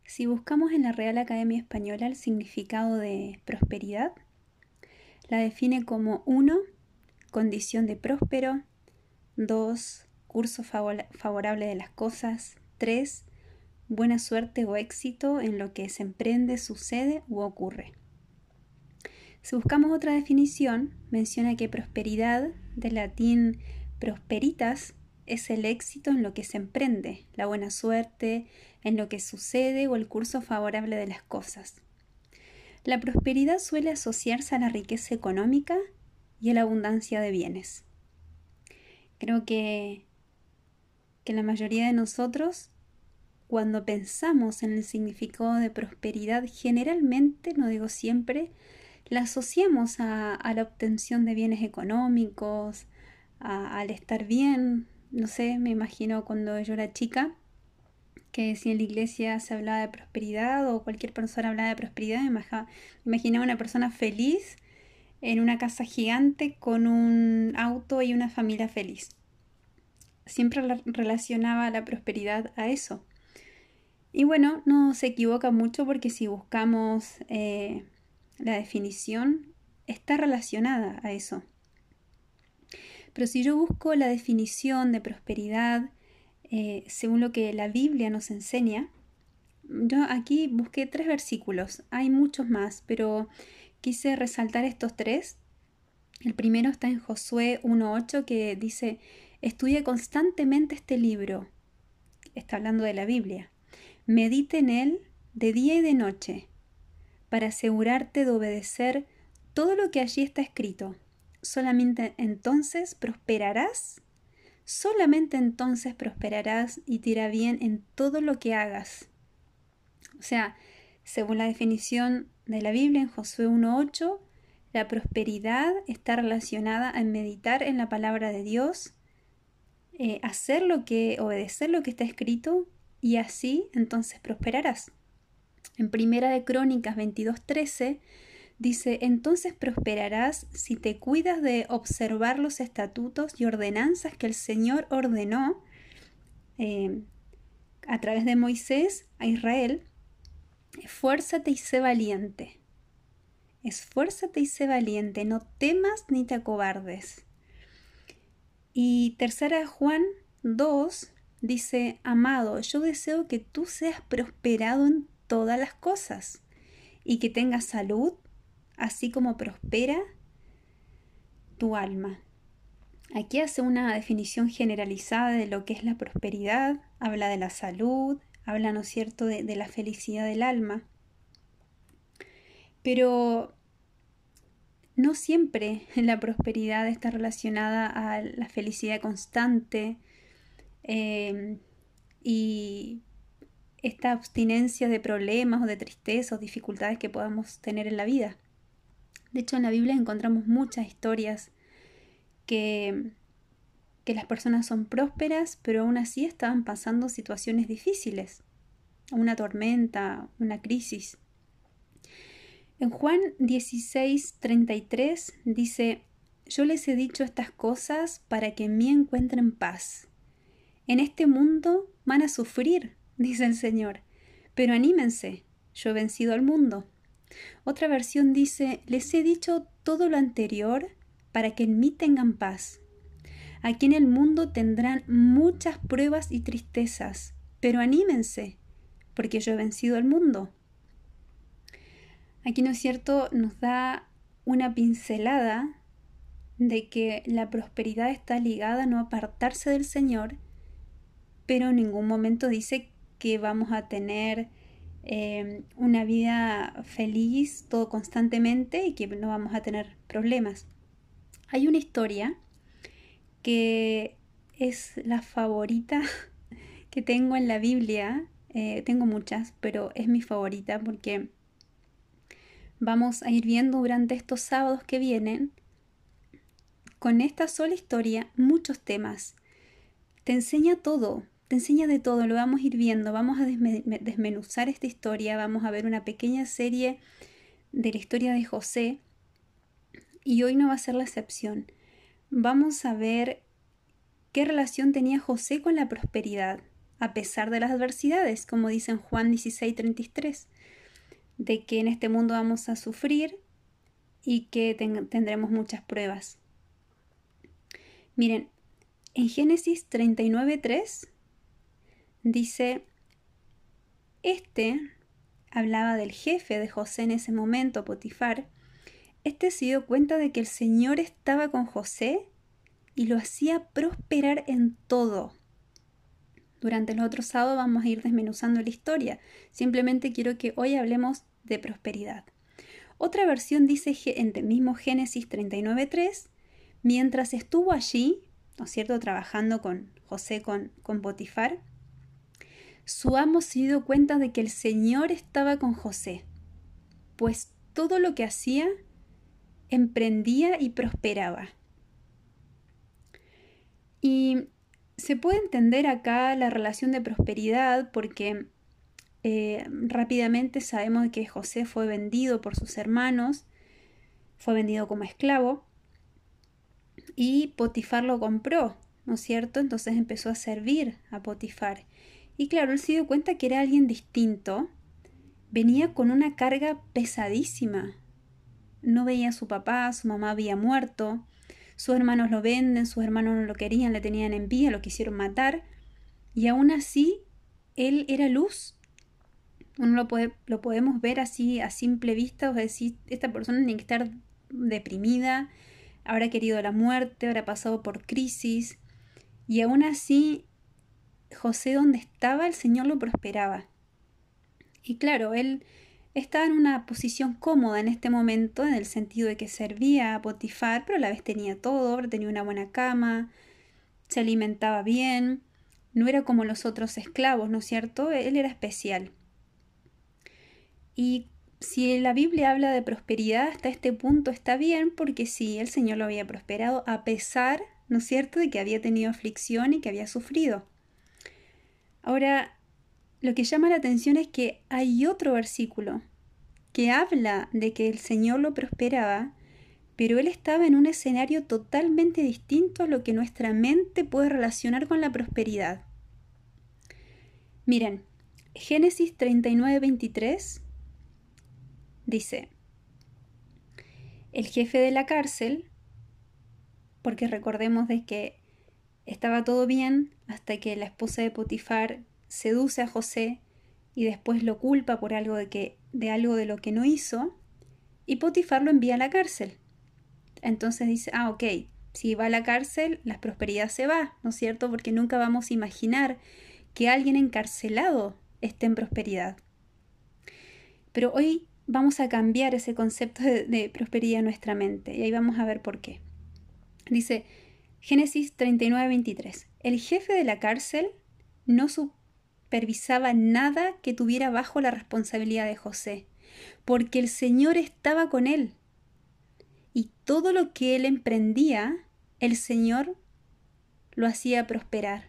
Si buscamos en la Real Academia Española el significado de prosperidad, la define como 1. Condición de próspero. 2. Curso favorable de las cosas. 3. Buena suerte o éxito en lo que se emprende, sucede u ocurre. Si buscamos otra definición, menciona que prosperidad, del latín prosperitas, es el éxito en lo que se emprende, la buena suerte, en lo que sucede o el curso favorable de las cosas. La prosperidad suele asociarse a la riqueza económica y a la abundancia de bienes. Creo que la mayoría de nosotros, cuando pensamos en el significado de prosperidad, generalmente, no digo siempre, la asociamos a la obtención de bienes económicos, al estar bien. No sé, me imagino cuando yo era chica, que si en la iglesia se hablaba de prosperidad o cualquier persona hablaba de prosperidad, me imaginaba una persona feliz en una casa gigante con un auto y una familia feliz. Siempre relacionaba la prosperidad a eso. Y bueno, no se equivoca mucho porque si buscamos la definición, está relacionada a eso. Pero si yo busco la definición de prosperidad según lo que la Biblia nos enseña, yo aquí busqué 3 versículos, hay muchos más, pero quise resaltar estos 3. El primero está en Josué 1:8 que dice: estudia constantemente este libro, está hablando de la Biblia, medite en él de día y de noche, para asegurarte de obedecer todo lo que allí está escrito. Solamente entonces prosperarás y te irá bien en todo lo que hagas. O sea, según la definición de la Biblia en Josué 1:8, la prosperidad está relacionada a meditar en la palabra de Dios, obedecer lo que está escrito, y así entonces prosperarás. En Primera de Crónicas 22:13 dice: entonces prosperarás si te cuidas de observar los estatutos y ordenanzas que el Señor ordenó a través de Moisés a Israel. Esfuérzate y sé valiente. Esfuérzate y sé valiente, no temas ni te acobardes. Y Tercera de Juan 2 dice: amado, yo deseo que tú seas prosperado en todas las cosas y que tengas salud, así como prospera tu alma. Aquí hace una definición generalizada de lo que es la prosperidad, habla de la salud, habla, ¿no es cierto?, de la felicidad del alma. Pero no siempre la prosperidad está relacionada a la felicidad constante y esta abstinencia de problemas o de tristezas o dificultades que podamos tener en la vida. De hecho, en la Biblia encontramos muchas historias que las personas son prósperas, pero aún así estaban pasando situaciones difíciles, una tormenta, una crisis. En Juan 16:33 dice: yo les he dicho estas cosas para que en mí encuentren paz. En este mundo van a sufrir, dice el Señor, pero anímense, yo he vencido al mundo. Otra versión dice: les he dicho todo lo anterior para que en mí tengan paz. Aquí en el mundo tendrán muchas pruebas y tristezas, pero anímense, porque yo he vencido al mundo. Aquí, ¿no es cierto?, nos da una pincelada de que la prosperidad está ligada a no apartarse del Señor, pero en ningún momento dice que vamos a tener una vida feliz todo constantemente y que no vamos a tener problemas. Hay una historia que es la favorita que tengo en la Biblia. Tengo muchas, pero es mi favorita porque vamos a ir viendo durante estos sábados que vienen, con esta sola historia, muchos temas. Te enseña todo, te enseña de todo, lo vamos a ir viendo, vamos a desmenuzar esta historia, vamos a ver una pequeña serie de la historia de José, y hoy no va a ser la excepción. Vamos a ver qué relación tenía José con la prosperidad. a pesar de las adversidades, como dice en Juan 16:33, de que en este mundo vamos a sufrir y que tendremos muchas pruebas. Miren, en Génesis 39:3 dice, hablaba del jefe de José en ese momento, Potifar. Se dio cuenta de que el Señor estaba con José y lo hacía prosperar en todo. Durante los otros sábados vamos a ir desmenuzando la historia. Simplemente quiero que hoy hablemos de prosperidad. Otra versión dice en el mismo Génesis 39:3, mientras estuvo allí, ¿no es cierto?, trabajando con José, con Potifar, su amo se dio cuenta de que el Señor estaba con José, pues todo lo que hacía, emprendía y prosperaba. Y se puede entender acá la relación de prosperidad porque rápidamente sabemos que José fue vendido por sus hermanos, fue vendido como esclavo y Potifar lo compró, ¿no es cierto? Entonces empezó a servir a Potifar. Y claro, él se dio cuenta que era alguien distinto, venía con una carga pesadísima. No veía a su papá, su mamá había muerto, sus hermanos lo venden, sus hermanos no lo querían, le tenían envidia, lo quisieron matar, y aún así él era luz. Uno lo podemos ver así a simple vista, o decir, esta persona tiene que estar deprimida, habrá querido la muerte, habrá pasado por crisis, y aún así José, donde estaba, el Señor lo prosperaba. Y claro, él estaba en una posición cómoda en este momento, en el sentido de que servía a Potifar, pero a la vez tenía todo, tenía una buena cama, se alimentaba bien, no era como los otros esclavos, ¿no es cierto? Él era especial. Y si la Biblia habla de prosperidad hasta este punto está bien, porque sí, el Señor lo había prosperado a pesar, ¿no es cierto?, de que había tenido aflicción y que había sufrido. Ahora, lo que llama la atención es que hay otro versículo que habla de que el Señor lo prosperaba, pero él estaba en un escenario totalmente distinto a lo que nuestra mente puede relacionar con la prosperidad. Miren, Génesis 39:23 dice, el jefe de la cárcel, porque recordemos de que estaba todo bien hasta que la esposa de Potifar seduce a José y después lo culpa por algo de algo de lo que no hizo, y Potifar lo envía a la cárcel. Entonces dice, ok, si va a la cárcel, la prosperidad se va, ¿no es cierto? Porque nunca vamos a imaginar que alguien encarcelado esté en prosperidad. Pero hoy vamos a cambiar ese concepto de prosperidad en nuestra mente, y ahí vamos a ver por qué. Dice Génesis 39:23, el jefe de la cárcel no supervisaba nada que tuviera bajo la responsabilidad de José, porque el Señor estaba con él. Y todo lo que él emprendía, el Señor lo hacía prosperar.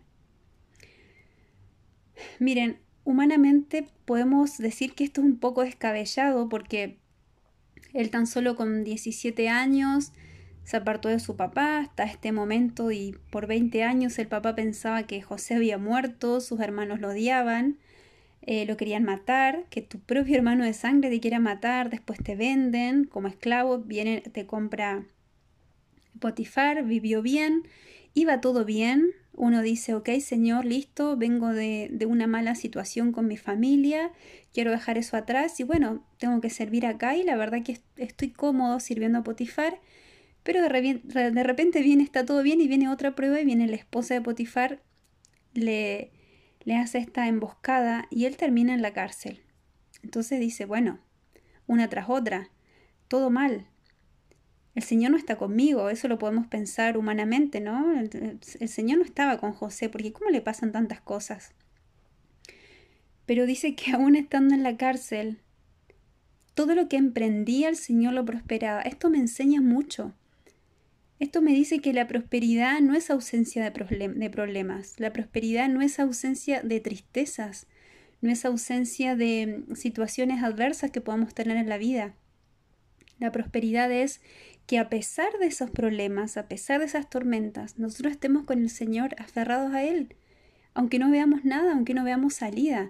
Miren, humanamente podemos decir que esto es un poco descabellado porque él tan solo con 17 años se apartó de su papá hasta este momento y por 20 años el papá pensaba que José había muerto, sus hermanos lo odiaban, lo querían matar, que tu propio hermano de sangre te quiera matar, después te venden como esclavo, viene, te compra Potifar, vivió bien, iba todo bien. Uno dice, ok, Señor, listo, vengo de una mala situación con mi familia, quiero dejar eso atrás y bueno, tengo que servir acá y la verdad que estoy cómodo sirviendo a Potifar, pero de repente viene, está todo bien y viene otra prueba y viene la esposa de Potifar, le hace esta emboscada y él termina en la cárcel. Entonces dice, bueno, una tras otra, todo mal. El Señor no está conmigo, eso lo podemos pensar humanamente, ¿no? El Señor no estaba con José, porque ¿cómo le pasan tantas cosas? Pero dice que aún estando en la cárcel, todo lo que emprendía el Señor lo prosperaba. Esto me enseña mucho. Esto me dice que la prosperidad no es ausencia de problemas, la prosperidad no es ausencia de tristezas, no es ausencia de situaciones adversas que podamos tener en la vida. La prosperidad es que a pesar de esos problemas, a pesar de esas tormentas, nosotros estemos con el Señor aferrados a Él, aunque no veamos nada, aunque no veamos salida.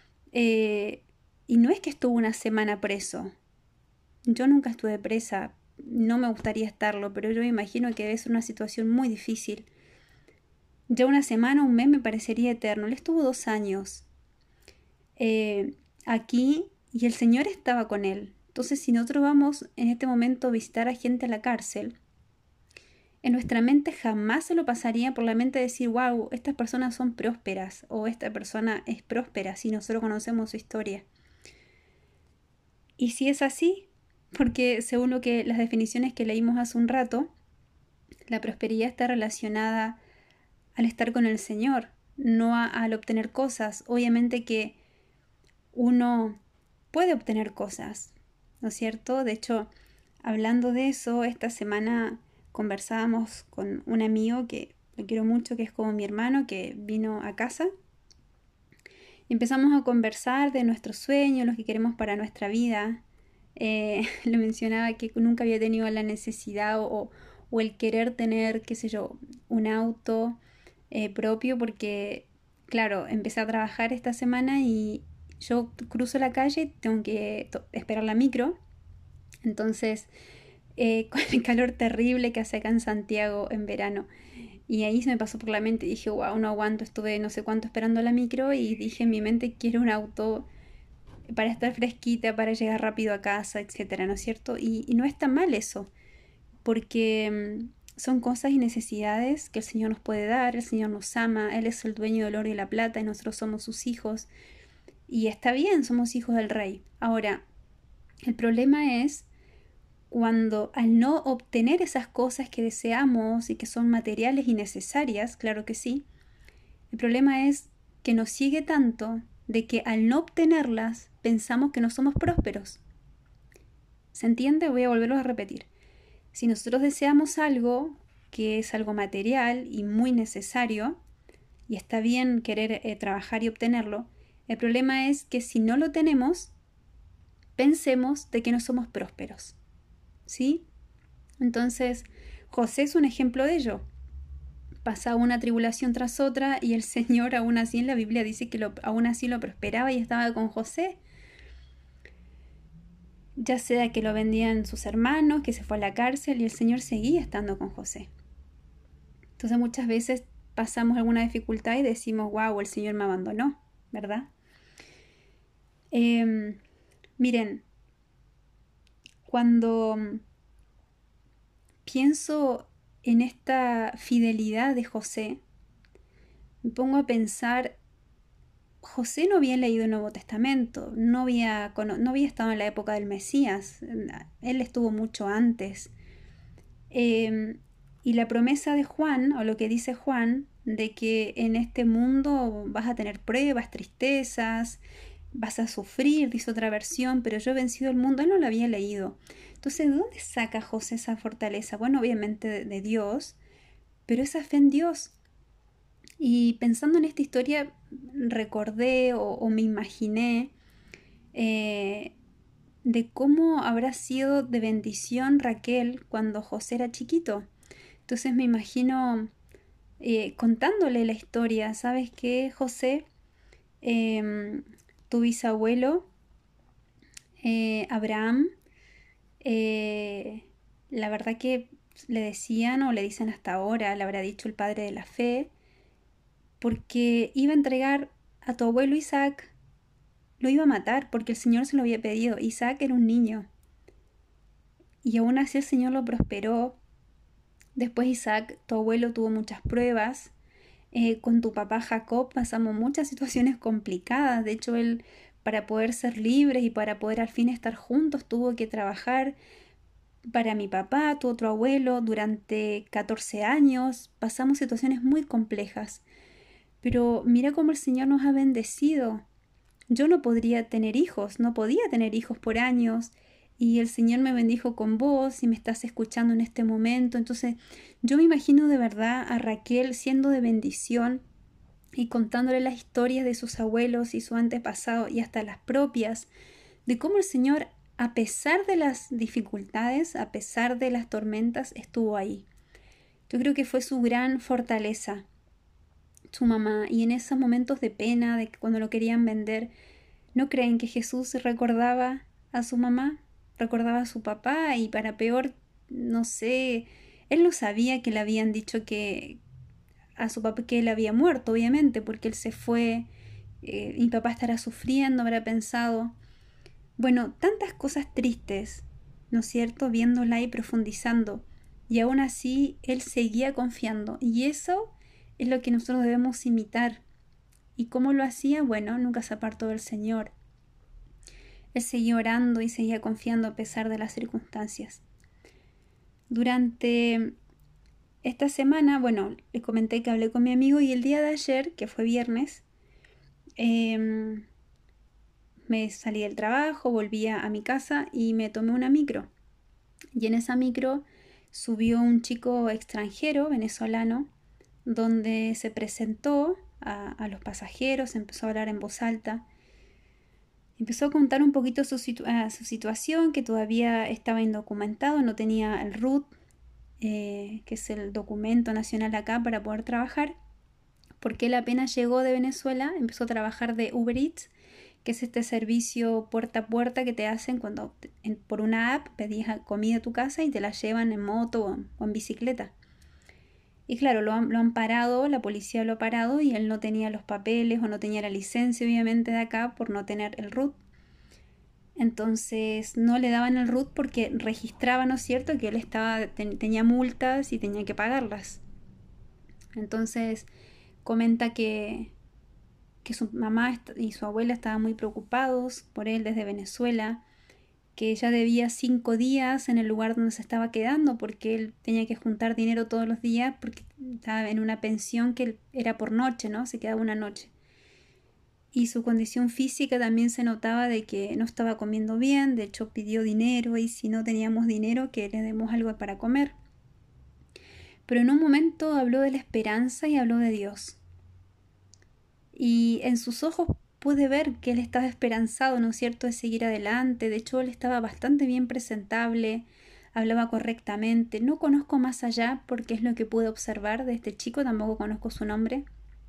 Y no es que estuvo una semana preso. Yo nunca estuve presa, no me gustaría estarlo, pero yo me imagino que debe ser una situación muy difícil. Ya una semana, un mes me parecería eterno. Él estuvo 2 años aquí y el Señor estaba con él. Entonces, si nosotros vamos en este momento a visitar a gente a la cárcel, en nuestra mente jamás se lo pasaría por la mente decir, wow, estas personas son prósperas o esta persona es próspera si nosotros conocemos su historia. Y si es así, porque según las definiciones que leímos hace un rato, la prosperidad está relacionada al estar con el Señor, no al obtener cosas. Obviamente que uno puede obtener cosas, ¿no es cierto? De hecho, hablando de eso, esta semana conversábamos con un amigo que lo quiero mucho, que es como mi hermano, que vino a casa. Y empezamos a conversar de nuestros sueños, los que queremos para nuestra vida. Le mencionaba que nunca había tenido la necesidad o el querer tener, qué sé yo, un auto propio porque, claro, empecé a trabajar esta semana y yo cruzo la calle y tengo que esperar la micro. Entonces, con el calor terrible que hace acá en Santiago en verano. Y ahí se me pasó por la mente y dije, wow, no aguanto, estuve no sé cuánto esperando la micro y dije en mi mente, quiero un auto para estar fresquita, para llegar rápido a casa, etcétera, ¿no es cierto? Y no está mal eso, porque son cosas y necesidades que el Señor nos puede dar, el Señor nos ama, Él es el dueño del oro y la plata y nosotros somos sus hijos. Y está bien, somos hijos del Rey. Ahora, el problema es cuando al no obtener esas cosas que deseamos y que son materiales y necesarias, claro que sí, el problema es que nos sigue tanto de que al no obtenerlas pensamos que no somos prósperos. ¿Se entiende? Voy a volverlo a repetir. Si nosotros deseamos algo que es algo material y muy necesario, y está bien querer trabajar y obtenerlo, el problema es que si no lo tenemos, pensemos de que no somos prósperos. ¿Sí? Entonces, José es un ejemplo de ello. Pasaba una tribulación tras otra y el Señor aún así en la Biblia dice que aún así lo prosperaba y estaba con José. Ya sea que lo vendían sus hermanos, que se fue a la cárcel y el Señor seguía estando con José. Entonces muchas veces pasamos alguna dificultad y decimos, wow, el Señor me abandonó, ¿verdad? Miren, cuando pienso en esta fidelidad de José, me pongo a pensar, José no había leído el Nuevo Testamento, no había estado en la época del Mesías, él estuvo mucho antes. Y la promesa de Juan, o lo que dice Juan, de que en este mundo vas a tener pruebas, tristezas, vas a sufrir, dice otra versión, pero yo he vencido el mundo, él no lo había leído. Entonces, ¿de dónde saca José esa fortaleza? Bueno, obviamente de Dios, pero esa fe en Dios. Y pensando en esta historia, recordé o me imaginé de cómo habrá sido de bendición Raquel cuando José era chiquito. Entonces me imagino contándole la historia. ¿Sabes qué, José? Tu bisabuelo, Abraham, la verdad que le decían o le dicen hasta ahora, le habrá dicho el padre de la fe, porque iba a entregar a tu abuelo Isaac, lo iba a matar porque el Señor se lo había pedido. Isaac era un niño y aún así el Señor lo prosperó. Después Isaac, tu abuelo, tuvo muchas pruebas. Con tu papá Jacob pasamos muchas situaciones complicadas. De hecho, él, para poder ser libres y para poder al fin estar juntos, tuvo que trabajar para mi papá, tu otro abuelo, durante 14 años. Pasamos situaciones muy complejas. Pero mira cómo el Señor nos ha bendecido. Yo no podría tener hijos, no podía tener hijos por años. Y el Señor me bendijo con vos y me estás escuchando en este momento. Entonces yo me imagino de verdad a Raquel siendo de bendición y contándole las historias de sus abuelos y su antepasado y hasta las propias, de cómo el Señor, a pesar de las dificultades, a pesar de las tormentas, estuvo ahí. Yo creo que fue su gran fortaleza. su mamá, y en esos momentos de pena, de que cuando lo querían vender, ¿no creen que Jesús recordaba a su mamá? Recordaba a su papá, y para peor, no sé, él no sabía que le habían dicho que a su papá que él había muerto, obviamente, porque él se fue, mi papá estará sufriendo, habrá pensado. Bueno, tantas cosas tristes, ¿no es cierto?, viéndola y profundizando. Y aún así, él seguía confiando. Y eso es lo que nosotros debemos imitar. ¿Y cómo lo hacía? Bueno, nunca se apartó del Señor. Él seguía orando y seguía confiando a pesar de las circunstancias. Durante esta semana, bueno, les comenté que hablé con mi amigo y el día de ayer, que fue viernes, me salí del trabajo, volví a mi casa y me tomé una micro. Y en esa micro subió un chico extranjero, venezolano, donde se presentó a los pasajeros, empezó a hablar en voz alta. Empezó a contar un poquito su situación, que todavía estaba indocumentado, no tenía el RUT, que es el documento nacional acá para poder trabajar, porque él apenas llegó de Venezuela, empezó a trabajar de Uber Eats, que es este servicio puerta a puerta que te hacen cuando por una app pedís comida a tu casa y te la llevan en moto o en bicicleta. Y claro, lo han parado, la policía lo ha parado y él no tenía los papeles o no tenía la licencia obviamente de acá por no tener el RUT. Entonces no le daban el RUT porque registraba, ¿no es cierto?, que él tenía multas y tenía que pagarlas. Entonces comenta que su mamá y su abuela estaban muy preocupados por él desde Venezuela, que ella debía 5 días en el lugar donde se estaba quedando porque él tenía que juntar dinero todos los días porque estaba en una pensión que era por noche, ¿no? Se quedaba una noche. Y su condición física también se notaba de que no estaba comiendo bien, de hecho pidió dinero y si no teníamos dinero que le demos algo para comer. Pero en un momento habló de la esperanza y habló de Dios. Y en sus ojos pude ver que él estaba esperanzado, ¿no es cierto?, de seguir adelante. De hecho, él estaba bastante bien presentable, hablaba correctamente. No conozco más allá porque es lo que pude observar de este chico, tampoco conozco su nombre.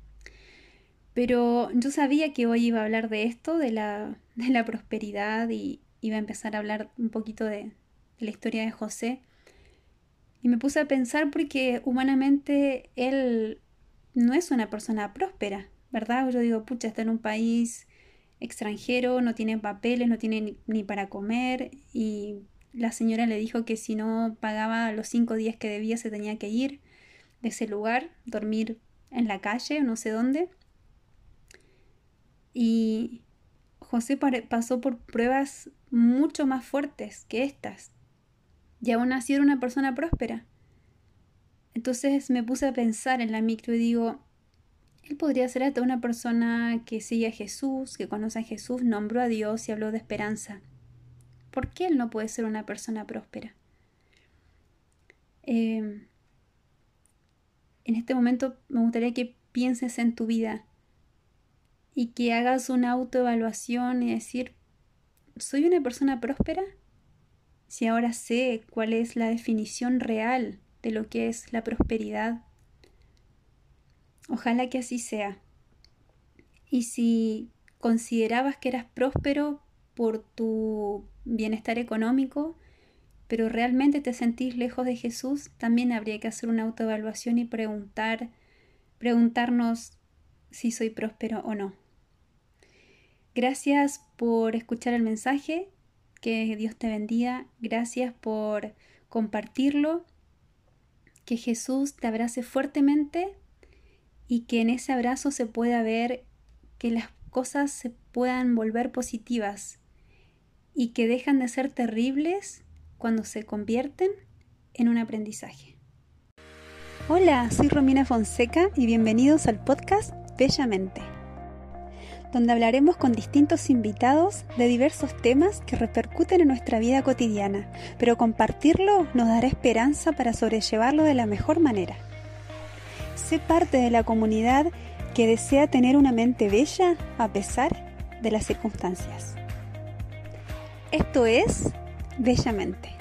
Pero yo sabía que hoy iba a hablar de esto, de la prosperidad, y iba a empezar a hablar un poquito de la historia de José. Y me puse a pensar porque humanamente él no es una persona próspera, ¿verdad? Yo digo, pucha, está en un país extranjero, no tiene papeles, no tiene ni para comer, y la señora le dijo que si no pagaba los 5 días que debía se tenía que ir de ese lugar, dormir en la calle o no sé dónde. Y José pasó por pruebas mucho más fuertes que estas, y aún así era una persona próspera. Entonces me puse a pensar en la micro y digo, él podría ser hasta una persona que sigue a Jesús, que conoce a Jesús, nombró a Dios y habló de esperanza. ¿Por qué él no puede ser una persona próspera? En este momento me gustaría que pienses en tu vida y que hagas una autoevaluación y decir, ¿soy una persona próspera? Si ahora sé cuál es la definición real de lo que es la prosperidad. Ojalá que así sea. Y si considerabas que eras próspero por tu bienestar económico, pero realmente te sentís lejos de Jesús, también habría que hacer una autoevaluación y preguntarnos si soy próspero o no. Gracias por escuchar el mensaje, que Dios te bendiga, gracias por compartirlo, que Jesús te abrace fuertemente y que en ese abrazo se pueda ver que las cosas se puedan volver positivas y que dejan de ser terribles cuando se convierten en un aprendizaje. Hola, soy Romina Fonseca y bienvenidos al podcast Bellamente, donde hablaremos con distintos invitados de diversos temas que repercuten en nuestra vida cotidiana, pero compartirlo nos dará esperanza para sobrellevarlo de la mejor manera. Sé parte de la comunidad que desea tener una mente bella a pesar de las circunstancias. Esto es Bellamente.